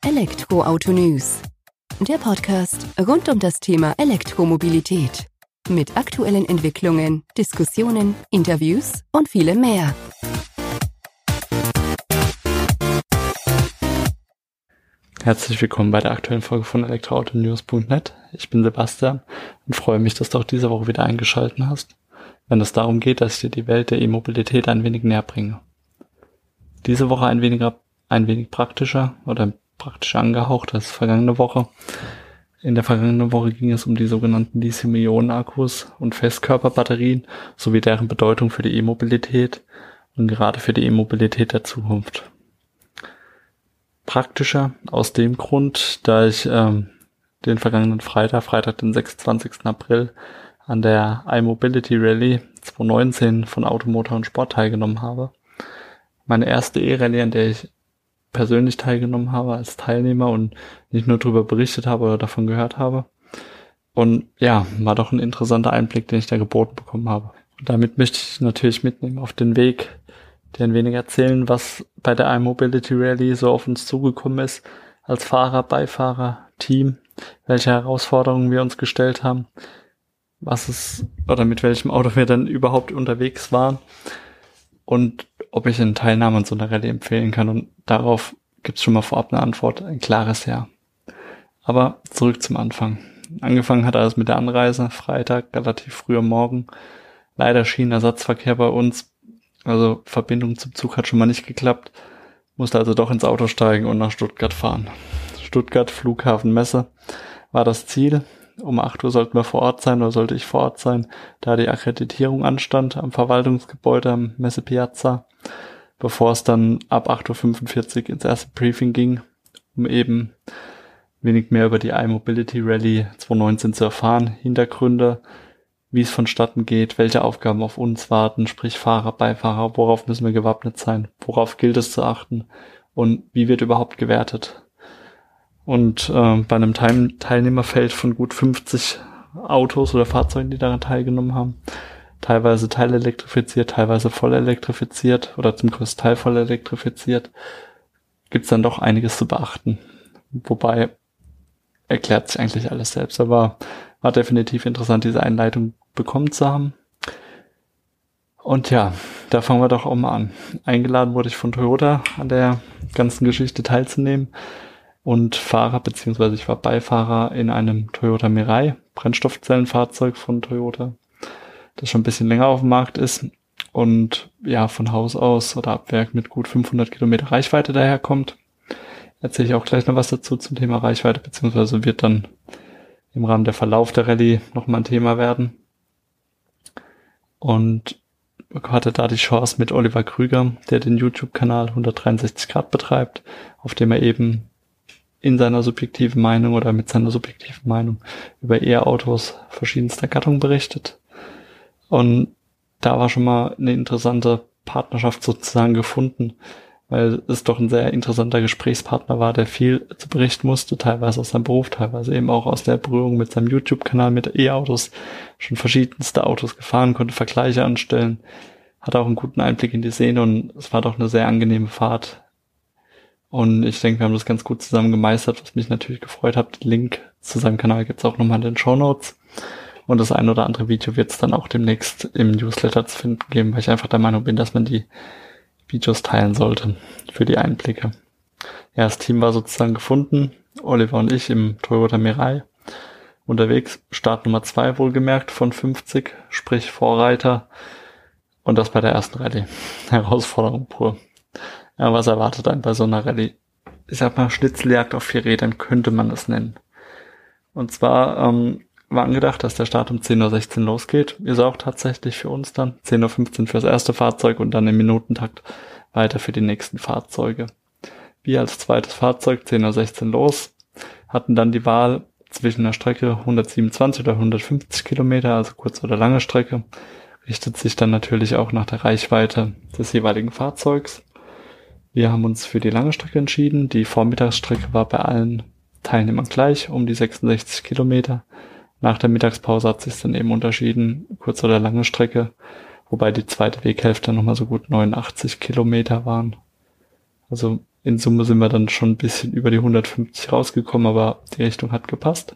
Elektroauto News, der Podcast rund um das Thema Elektromobilität. Mit aktuellen Entwicklungen, Diskussionen, Interviews und vielem mehr. Herzlich willkommen bei der aktuellen Folge von elektroautonews.net. Ich bin Sebastian und freue mich, dass du auch diese Woche wieder eingeschaltet hast, wenn es darum geht, dass ich dir die Welt der E-Mobilität ein wenig näher bringe. Diese Woche ein wenig praktischer oder praktisch angehaucht als vergangene Woche. In der vergangenen Woche ging es um die sogenannten Lithium-Ionen-Akkus und Festkörperbatterien sowie deren Bedeutung für die E-Mobilität und gerade für die E-Mobilität der Zukunft. Praktischer aus dem Grund, da ich den vergangenen Freitag den 26. April, an der iMobility Rally 2019 von Automotor und Sport teilgenommen habe. Meine erste E-Rallye, an der ich persönlich teilgenommen habe als Teilnehmer und nicht nur darüber berichtet habe oder davon gehört habe. Und ja, war doch ein interessanter Einblick, den ich da geboten bekommen habe. Und damit möchte ich natürlich mitnehmen auf den Weg, dir ein wenig erzählen, was bei der iMobility Rally so auf uns zugekommen ist, als Fahrer, Beifahrer, Team, welche Herausforderungen wir uns gestellt haben, mit welchem Auto wir dann überhaupt unterwegs waren und ob ich eine Teilnahme an so einer Rallye empfehlen kann. Und darauf gibt es schon mal vorab eine Antwort, ein klares Ja. Aber zurück zum Anfang. Angefangen hat alles mit der Anreise, Freitag, relativ früh am Morgen. Leider Schienenersatzverkehr bei uns, also Verbindung zum Zug hat schon mal nicht geklappt. Musste also doch ins Auto steigen und nach Stuttgart fahren. Stuttgart, Flughafen, Messe war das Ziel. Um 8 Uhr sollten wir vor Ort sein, oder sollte ich vor Ort sein, da die Akkreditierung anstand am Verwaltungsgebäude am Messepiazza, bevor es dann ab 8.45 Uhr ins erste Briefing ging, um eben wenig mehr über die iMobility Rally 2019 zu erfahren, Hintergründe, wie es vonstatten geht, welche Aufgaben auf uns warten, sprich Fahrer, Beifahrer, worauf müssen wir gewappnet sein, worauf gilt es zu achten und wie wird überhaupt gewertet. Und bei einem Teilnehmerfeld von gut 50 Autos oder Fahrzeugen, die daran teilgenommen haben, teilweise teilelektrifiziert, teilweise voll elektrifiziert oder zum größten Teil voll elektrifiziert, gibt es dann doch einiges zu beachten. Wobei erklärt sich eigentlich alles selbst, aber war definitiv interessant, diese Einleitung bekommen zu haben. Und ja, da fangen wir doch auch mal an. Eingeladen wurde ich von Toyota, an der ganzen Geschichte teilzunehmen. Und Fahrer, beziehungsweise ich war Beifahrer in einem Toyota Mirai, Brennstoffzellenfahrzeug von Toyota, das schon ein bisschen länger auf dem Markt ist und ja von Haus aus oder ab Werk mit gut 500 Kilometer Reichweite daherkommt. Erzähle ich auch gleich noch was dazu zum Thema Reichweite, beziehungsweise wird dann im Rahmen der Verlauf der Rallye nochmal ein Thema werden. Und hatte da die Chance mit Oliver Krüger, der den YouTube-Kanal 163 Grad betreibt, auf dem er eben in seiner subjektiven Meinung oder mit seiner subjektiven Meinung über E-Autos verschiedenster Gattung berichtet. Und da war schon mal eine interessante Partnerschaft sozusagen gefunden, weil es doch ein sehr interessanter Gesprächspartner war, der viel zu berichten musste, teilweise aus seinem Beruf, teilweise eben auch aus der Berührung mit seinem YouTube-Kanal mit E-Autos, schon verschiedenste Autos gefahren, konnte Vergleiche anstellen, hatte auch einen guten Einblick in die Szene und es war doch eine sehr angenehme Fahrt. Und ich denke, wir haben das ganz gut zusammen gemeistert, was mich natürlich gefreut hat. Den Link zu seinem Kanal gibt's auch nochmal in den Shownotes. Und das ein oder andere Video wird es dann auch demnächst im Newsletter zu finden geben, weil ich einfach der Meinung bin, dass man die Videos teilen sollte für die Einblicke. Ja, das Team war sozusagen gefunden. Oliver und ich im Toyota Mirai unterwegs. Start Nummer 2 wohlgemerkt von 50, sprich Vorreiter. Und das bei der ersten Rallye. Herausforderung pur. Ja, was erwartet einen bei so einer Rallye? Ich sag mal, Schnitzeljagd auf 4 Rädern könnte man das nennen. Und zwar war angedacht, dass der Start um 10.16 Uhr losgeht. Ist auch tatsächlich für uns dann 10.15 Uhr für das erste Fahrzeug und dann im Minutentakt weiter für die nächsten Fahrzeuge. Wir als zweites Fahrzeug 10.16 Uhr los, hatten dann die Wahl zwischen einer Strecke 127 oder 150 Kilometer, also kurze oder lange Strecke. Richtet sich dann natürlich auch nach der Reichweite des jeweiligen Fahrzeugs. Wir haben uns für die lange Strecke entschieden. Die Vormittagsstrecke war bei allen Teilnehmern gleich, um die 66 Kilometer. Nach der Mittagspause hat sich dann eben unterschieden, kurze oder lange Strecke, wobei die zweite Weghälfte nochmal so gut 89 Kilometer waren. Also in Summe sind wir dann schon ein bisschen über die 150 rausgekommen, aber die Richtung hat gepasst.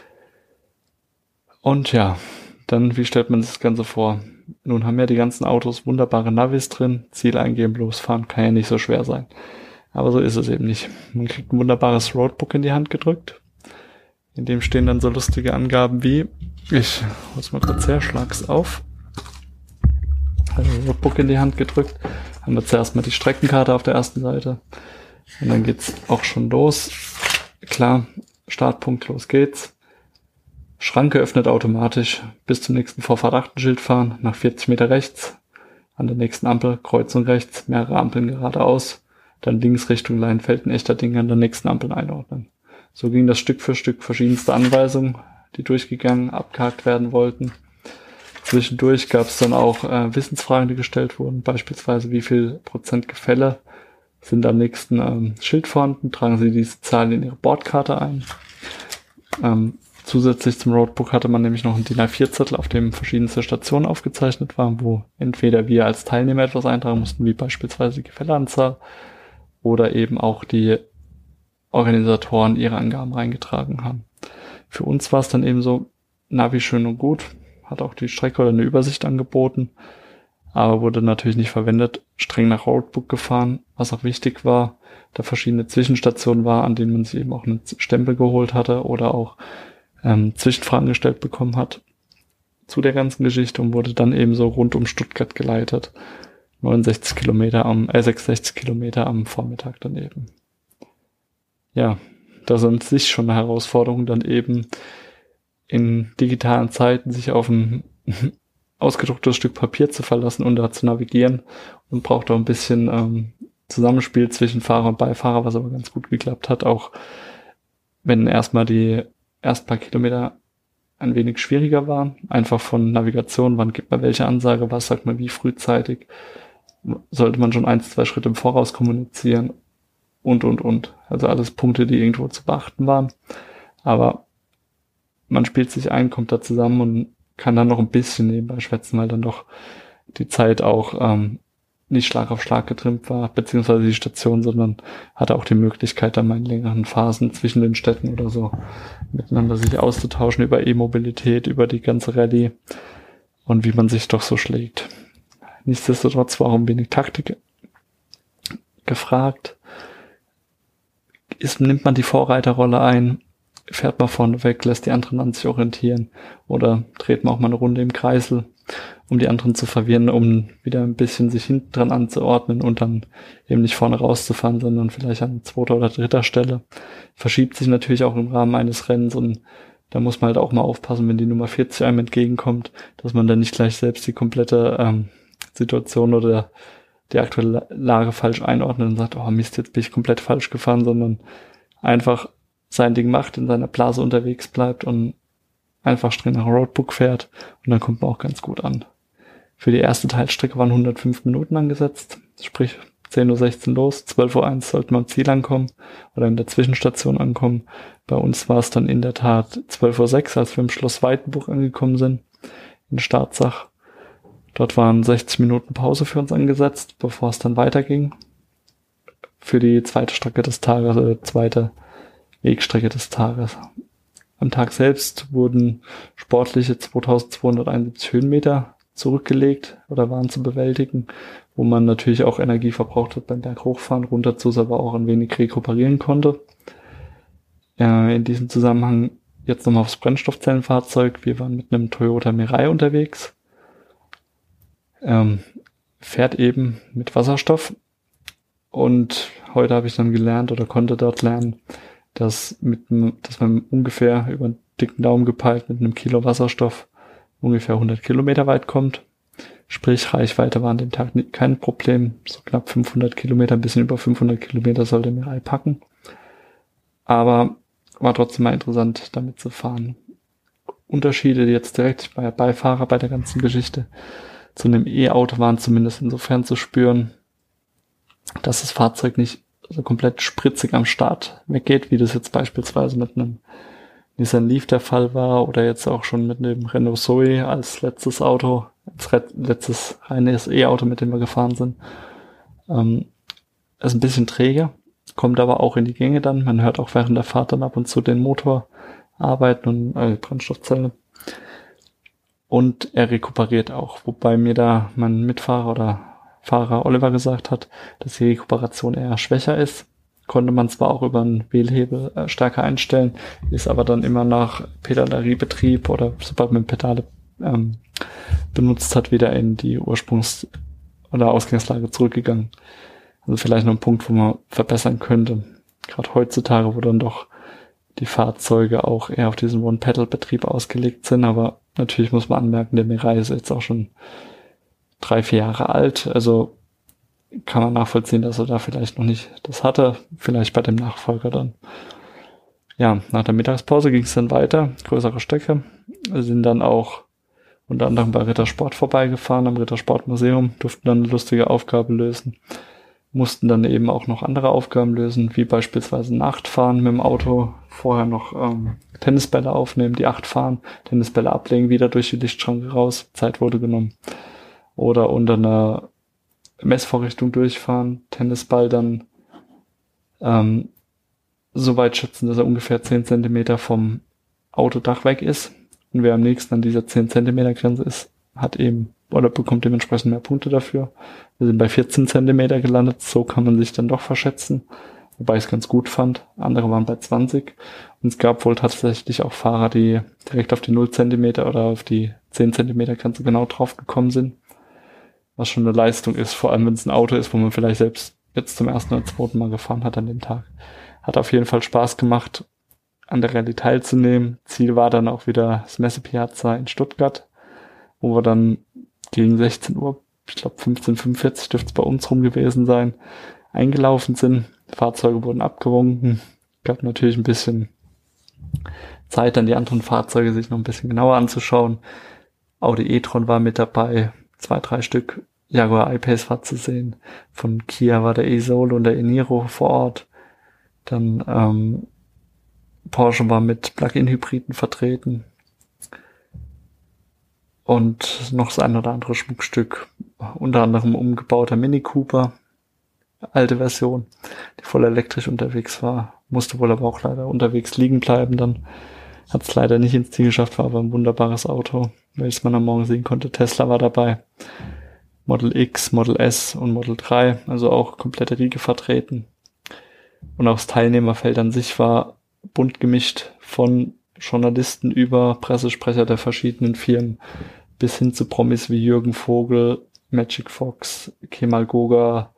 Und ja, dann, wie stellt man sich das Ganze vor? Nun haben ja die ganzen Autos wunderbare Navis drin, Ziel eingeben, losfahren, kann ja nicht so schwer sein. Aber so ist es eben nicht. Man kriegt ein wunderbares Roadbook in die Hand gedrückt, in dem stehen dann so lustige Angaben wie, ich hol's mal kurz her, schlag's auf. Also Roadbook in die Hand gedrückt, haben wir zuerst mal die Streckenkarte auf der ersten Seite und dann geht's auch schon los. Klar, Startpunkt, los geht's. Schranke öffnet automatisch, bis zum nächsten Vorfahrt-Achtenschild fahren, nach 40 Meter rechts, an der nächsten Ampel, Kreuzung rechts, mehrere Ampeln geradeaus, dann links Richtung Leinfelden-Echterdingen an der nächsten Ampel einordnen. So ging das Stück für Stück, verschiedenste Anweisungen, die durchgegangen, abgehakt werden wollten. Zwischendurch gab es dann auch Wissensfragen, die gestellt wurden, beispielsweise wie viel Prozent Gefälle sind am nächsten Schild vorhanden, tragen Sie diese Zahlen in Ihre Bordkarte ein. Zusätzlich zum Roadbook hatte man nämlich noch einen DIN A4-Zettel, auf dem verschiedenste Stationen aufgezeichnet waren, wo entweder wir als Teilnehmer etwas eintragen mussten, wie beispielsweise die Gefälleanzahl, oder eben auch die Organisatoren ihre Angaben reingetragen haben. Für uns war es dann eben so, Navi schön und gut, hat auch die Strecke oder eine Übersicht angeboten, aber wurde natürlich nicht verwendet, streng nach Roadbook gefahren, was auch wichtig war, da verschiedene Zwischenstationen war, an denen man sich eben auch einen Stempel geholt hatte oder auch Zwischenfragen gestellt bekommen hat zu der ganzen Geschichte und wurde dann eben so rund um Stuttgart geleitet. 66 Kilometer 66 Kilometer am Vormittag daneben. Ja, das ist an sich schon eine Herausforderung, dann eben in digitalen Zeiten sich auf ein ausgedrucktes Stück Papier zu verlassen und da zu navigieren und braucht auch ein bisschen Zusammenspiel zwischen Fahrer und Beifahrer, was aber ganz gut geklappt hat, auch wenn erstmal die ersten paar Kilometer ein wenig schwieriger waren, einfach von Navigation, wann gibt man welche Ansage, was sagt man wie frühzeitig, sollte man schon 1-2 Schritte im Voraus kommunizieren und. Also alles Punkte, die irgendwo zu beachten waren. Aber man spielt sich ein, kommt da zusammen und kann dann noch ein bisschen nebenbei schwätzen, weil dann doch die Zeit auch nicht Schlag auf Schlag getrimmt war, beziehungsweise die Station, sondern hatte auch die Möglichkeit, dann mal in längeren Phasen zwischen den Städten oder so miteinander sich auszutauschen über E-Mobilität, über die ganze Rallye und wie man sich doch so schlägt. Nichtsdestotrotz war auch ein wenig Taktik gefragt. Nimmt man die Vorreiterrolle ein, fährt man vorne weg, lässt die anderen an sich orientieren oder dreht man auch mal eine Runde im Kreisel, um die anderen zu verwirren, um wieder ein bisschen sich hinten dran anzuordnen und dann eben nicht vorne rauszufahren, sondern vielleicht an 2. oder 3. Stelle. Verschiebt sich natürlich auch im Rahmen eines Rennens und da muss man halt auch mal aufpassen, wenn die Nummer 40 einem entgegenkommt, dass man dann nicht gleich selbst die komplette Situation oder die aktuelle Lage falsch einordnet und sagt, oh Mist, jetzt bin ich komplett falsch gefahren, sondern einfach sein Ding macht, in seiner Blase unterwegs bleibt und einfach streng nach Roadbook fährt und dann kommt man auch ganz gut an. Für die erste Teilstrecke waren 105 Minuten angesetzt, sprich 10:16 Uhr los, 12:01 Uhr sollte man am Ziel ankommen oder in der Zwischenstation ankommen. Bei uns war es dann in der Tat 12:06 Uhr, als wir im Schloss Weitenburg angekommen sind, in Staatsach. Dort waren 60 Minuten Pause für uns angesetzt, bevor es dann weiterging. Für die zweite Strecke des Tages, also zweite Wegstrecke des Tages. Am Tag selbst wurden sportliche 2271 Höhenmeter zurückgelegt oder waren zu bewältigen, wo man natürlich auch Energie verbraucht hat beim Berghochfahren, runter zu, aber auch ein wenig rekuperieren konnte. In diesem Zusammenhang jetzt nochmal aufs Brennstoffzellenfahrzeug. Wir waren mit einem Toyota Mirai unterwegs. Fährt eben mit Wasserstoff und heute habe ich dann gelernt oder konnte dort lernen, dass man ungefähr über einen dicken Daumen gepeilt mit einem Kilo Wasserstoff ungefähr 100 Kilometer weit kommt. Sprich, Reichweite war an dem Tag kein Problem. So knapp 500 Kilometer, ein bisschen über 500 Kilometer sollte Mirai packen. Aber war trotzdem mal interessant, damit zu fahren. Unterschiede jetzt direkt bei Beifahrer bei der ganzen Geschichte zu einem E-Auto waren zumindest insofern zu spüren, dass das Fahrzeug nicht so komplett spritzig am Start weggeht, wie das jetzt beispielsweise mit einem Nissan Leaf der Fall war oder jetzt auch schon mit dem Renault Zoe als letztes Auto, als letztes reines E-Auto, mit dem wir gefahren sind. Ist ein bisschen träger, kommt aber auch in die Gänge dann. Man hört auch während der Fahrt dann ab und zu den Motor arbeiten und Brennstoffzelle. Und er rekuperiert auch, wobei mir da mein Mitfahrer oder Fahrer Oliver gesagt hat, dass die Rekuperation eher schwächer ist. Konnte man zwar auch über einen Wählhebel stärker einstellen, ist aber dann immer nach Pedaleriebetrieb oder sobald man Pedale benutzt hat, wieder in die Ursprungs- oder Ausgangslage zurückgegangen. Also vielleicht noch ein Punkt, wo man verbessern könnte. Gerade heutzutage, wo dann doch die Fahrzeuge auch eher auf diesen One-Pedal-Betrieb ausgelegt sind, aber natürlich muss man anmerken, der Mirai ist jetzt auch schon 3-4 Jahre alt, also kann man nachvollziehen, dass er da vielleicht noch nicht das hatte, vielleicht bei dem Nachfolger dann. Ja, nach der Mittagspause ging es dann weiter, größere Strecke. Wir sind dann auch unter anderem bei Rittersport vorbeigefahren, am Rittersportmuseum, durften dann eine lustige Aufgabe lösen. Mussten dann eben auch noch andere Aufgaben lösen, wie beispielsweise Nachtfahren mit dem Auto, vorher noch Tennisbälle aufnehmen, die 8 fahren, Tennisbälle ablegen, wieder durch die Lichtschranke raus, Zeit wurde genommen. Oder unter einer Messvorrichtung durchfahren, Tennisball dann so weit schützen, dass er ungefähr 10 Zentimeter vom Autodach weg ist. Und wer am nächsten an dieser 10 Zentimeter Grenze ist, hat eben oder bekommt dementsprechend mehr Punkte dafür. Wir sind bei 14 Zentimeter gelandet, so kann man sich dann doch verschätzen, wobei ich es ganz gut fand. Andere waren bei 20 und es gab wohl tatsächlich auch Fahrer, die direkt auf die 0 Zentimeter oder auf die 10 Zentimeter Grenze genau drauf gekommen sind, was schon eine Leistung ist, vor allem wenn es ein Auto ist, wo man vielleicht selbst jetzt zum ersten oder zweiten Mal gefahren hat an dem Tag. Hat auf jeden Fall Spaß gemacht, an der Rallye teilzunehmen. Ziel war dann auch wieder das Messepiazza in Stuttgart, wo wir dann gegen 16 Uhr, ich glaube 15:45 dürfte es bei uns rum gewesen sein, eingelaufen sind. Fahrzeuge wurden abgewunken. Gab natürlich ein bisschen Zeit, dann die anderen Fahrzeuge sich noch ein bisschen genauer anzuschauen. Audi e-tron war mit dabei, 2-3 Stück. Jaguar I-Pace war zu sehen. Von Kia war der e-Soul und der e-Niro vor Ort. Dann Porsche war mit Plug-in-Hybriden vertreten. Und noch das ein oder andere Schmuckstück, unter anderem umgebauter Mini Cooper, alte Version, die voll elektrisch unterwegs war, musste wohl aber auch leider unterwegs liegen bleiben dann. Hat es leider nicht ins Ziel geschafft, war aber ein wunderbares Auto, welches man am Morgen sehen konnte. Tesla war dabei, Model X, Model S und Model 3, also auch komplette Riege vertreten. Und auch das Teilnehmerfeld an sich war bunt gemischt, von Journalisten über Pressesprecher der verschiedenen Firmen bis hin zu Promis wie Jürgen Vogel, Magic Fox, Kemal Goga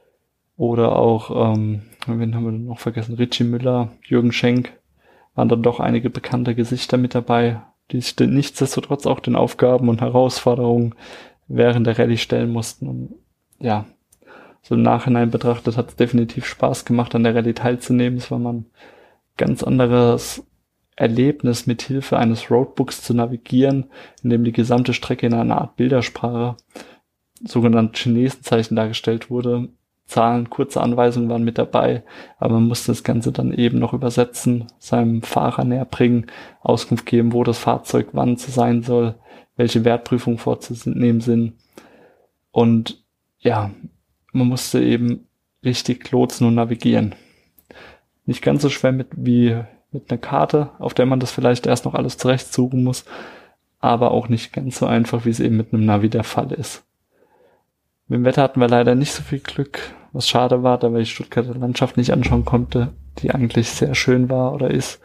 oder auch, wen haben wir noch vergessen, Richie Müller, Jürgen Schenk, waren dann doch einige bekannte Gesichter mit dabei, die sich nichtsdestotrotz auch den Aufgaben und Herausforderungen während der Rallye stellen mussten. Und ja, so im Nachhinein betrachtet hat es definitiv Spaß gemacht, an der Rallye teilzunehmen. Es war mal ein ganz anderes Erlebnis, mit Hilfe eines Roadbooks zu navigieren, in dem die gesamte Strecke in einer Art Bildersprache, sogenannte Chinesenzeichen dargestellt wurde. Zahlen, kurze Anweisungen waren mit dabei, aber man musste das Ganze dann eben noch übersetzen, seinem Fahrer näher bringen, Auskunft geben, wo das Fahrzeug wann zu sein soll, welche Wertprüfungen vorzunehmen sind. Und ja, man musste eben richtig lotsen und navigieren. Nicht ganz so schwer wie mit einer Karte, auf der man das vielleicht erst noch alles zurechtsuchen muss, aber auch nicht ganz so einfach, wie es eben mit einem Navi der Fall ist. Mit dem Wetter hatten wir leider nicht so viel Glück, was schade war, da wir die Stuttgarter Landschaft nicht anschauen konnte, die eigentlich sehr schön war oder ist.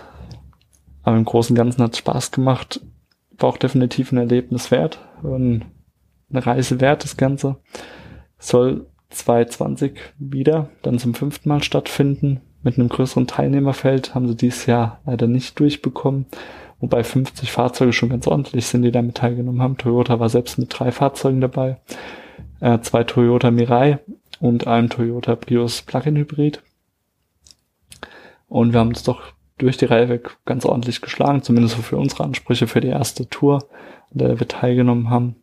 Aber im Großen und Ganzen hat es Spaß gemacht, war auch definitiv ein Erlebnis wert, eine Reise wert, das Ganze. Soll 2020 wieder dann zum 5. Mal stattfinden. Mit einem größeren Teilnehmerfeld haben sie dieses Jahr leider nicht durchbekommen, wobei 50 Fahrzeuge schon ganz ordentlich sind, die damit teilgenommen haben. Toyota war selbst mit 3 Fahrzeugen dabei, 2 Toyota Mirai und einem Toyota Prius Plug-in Hybrid. Und wir haben uns doch durch die Reihe weg ganz ordentlich geschlagen, zumindest für unsere Ansprüche für die erste Tour, an der wir teilgenommen haben.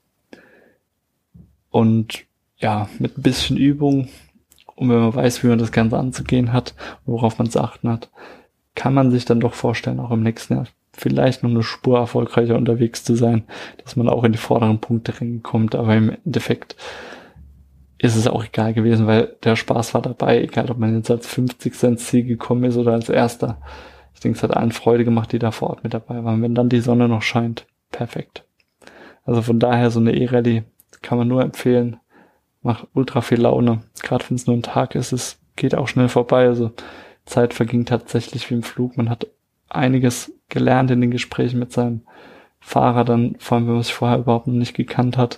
Und ja, mit ein bisschen Übung, und wenn man weiß, wie man das Ganze anzugehen hat, worauf man zu achten hat, kann man sich dann doch vorstellen, auch im nächsten Jahr vielleicht noch eine Spur erfolgreicher unterwegs zu sein, dass man auch in die vorderen Punkteränge kommt. Aber im Endeffekt ist es auch egal gewesen, weil der Spaß war dabei, egal ob man jetzt als 50. ins Ziel gekommen ist oder als Erster. Ich denke, es hat allen Freude gemacht, die da vor Ort mit dabei waren. Wenn dann die Sonne noch scheint, perfekt. Also von daher so eine E-Rallye kann man nur empfehlen. Macht ultra viel Laune. Gerade wenn es nur ein Tag ist, es geht auch schnell vorbei. Also Zeit verging tatsächlich wie im Flug. Man hat einiges gelernt in den Gesprächen mit seinem Fahrer, dann vor allem, wenn man sich vorher überhaupt noch nicht gekannt hat.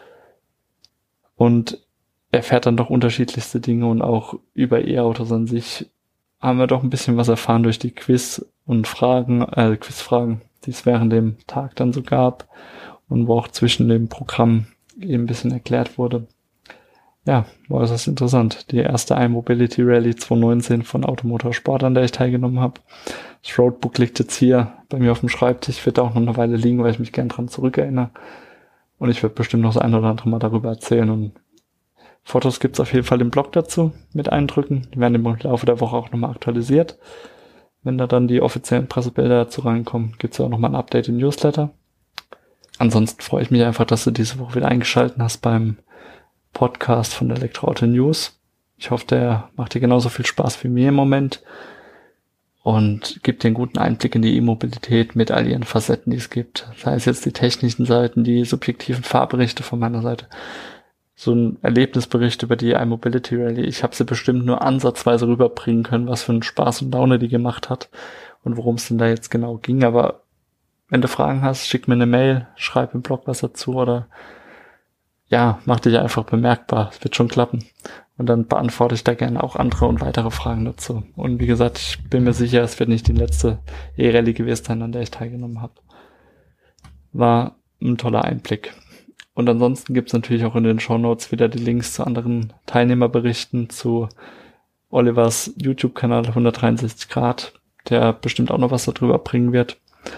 Und erfährt dann doch unterschiedlichste Dinge und auch über E-Autos an sich haben wir doch ein bisschen was erfahren durch die Quizfragen, die es während dem Tag dann so gab und wo auch zwischen dem Programm eben ein bisschen erklärt wurde. Ja, war das interessant. Die erste iMobility Rally 2019 von Automotorsport, an der ich teilgenommen habe. Das Roadbook liegt jetzt hier bei mir auf dem Schreibtisch, wird auch noch eine Weile liegen, weil ich mich gern dran zurückerinnere. Und ich werde bestimmt noch das ein oder andere Mal darüber erzählen. Und Fotos gibt's auf jeden Fall im Blog dazu mit Eindrücken. Die werden im Laufe der Woche auch nochmal aktualisiert. Wenn da dann die offiziellen Pressebilder dazu reinkommen, gibt's ja auch nochmal ein Update im Newsletter. Ansonsten freue ich mich einfach, dass du diese Woche wieder eingeschaltet hast beim Podcast von Elektroauto News. Ich hoffe, der macht dir genauso viel Spaß wie mir im Moment und gibt dir einen guten Einblick in die E-Mobilität mit all ihren Facetten, die es gibt. Sei es jetzt die technischen Seiten, die subjektiven Fahrberichte von meiner Seite, so ein Erlebnisbericht über die iMobility Rally. Ich habe sie bestimmt nur ansatzweise rüberbringen können, was für einen Spaß und Laune die gemacht hat und worum es denn da jetzt genau ging. Aber wenn du Fragen hast, schick mir eine Mail, schreib im Blog was dazu oder ja, mach dich einfach bemerkbar. Es wird schon klappen. Und dann beantworte ich da gerne auch andere und weitere Fragen dazu. Und wie gesagt, ich bin mir sicher, es wird nicht die letzte E-Rallye gewesen sein, an der ich teilgenommen habe. War ein toller Einblick. Und ansonsten gibt's natürlich auch in den Shownotes wieder die Links zu anderen Teilnehmerberichten, zu Olivers YouTube-Kanal 163 Grad, der bestimmt auch noch was darüber bringen wird.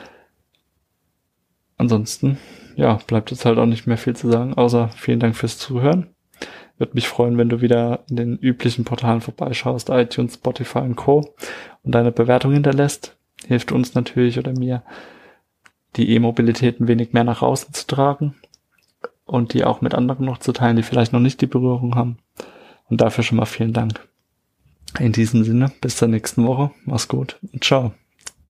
Ansonsten, ja, bleibt jetzt halt auch nicht mehr viel zu sagen, außer vielen Dank fürs Zuhören. Würde mich freuen, wenn du wieder in den üblichen Portalen vorbeischaust, iTunes, Spotify und Co. und deine Bewertung hinterlässt. Hilft uns natürlich oder mir, die E-Mobilität ein wenig mehr nach außen zu tragen und die auch mit anderen noch zu teilen, die vielleicht noch nicht die Berührung haben. Und dafür schon mal vielen Dank. In diesem Sinne, bis zur nächsten Woche. Mach's gut und ciao.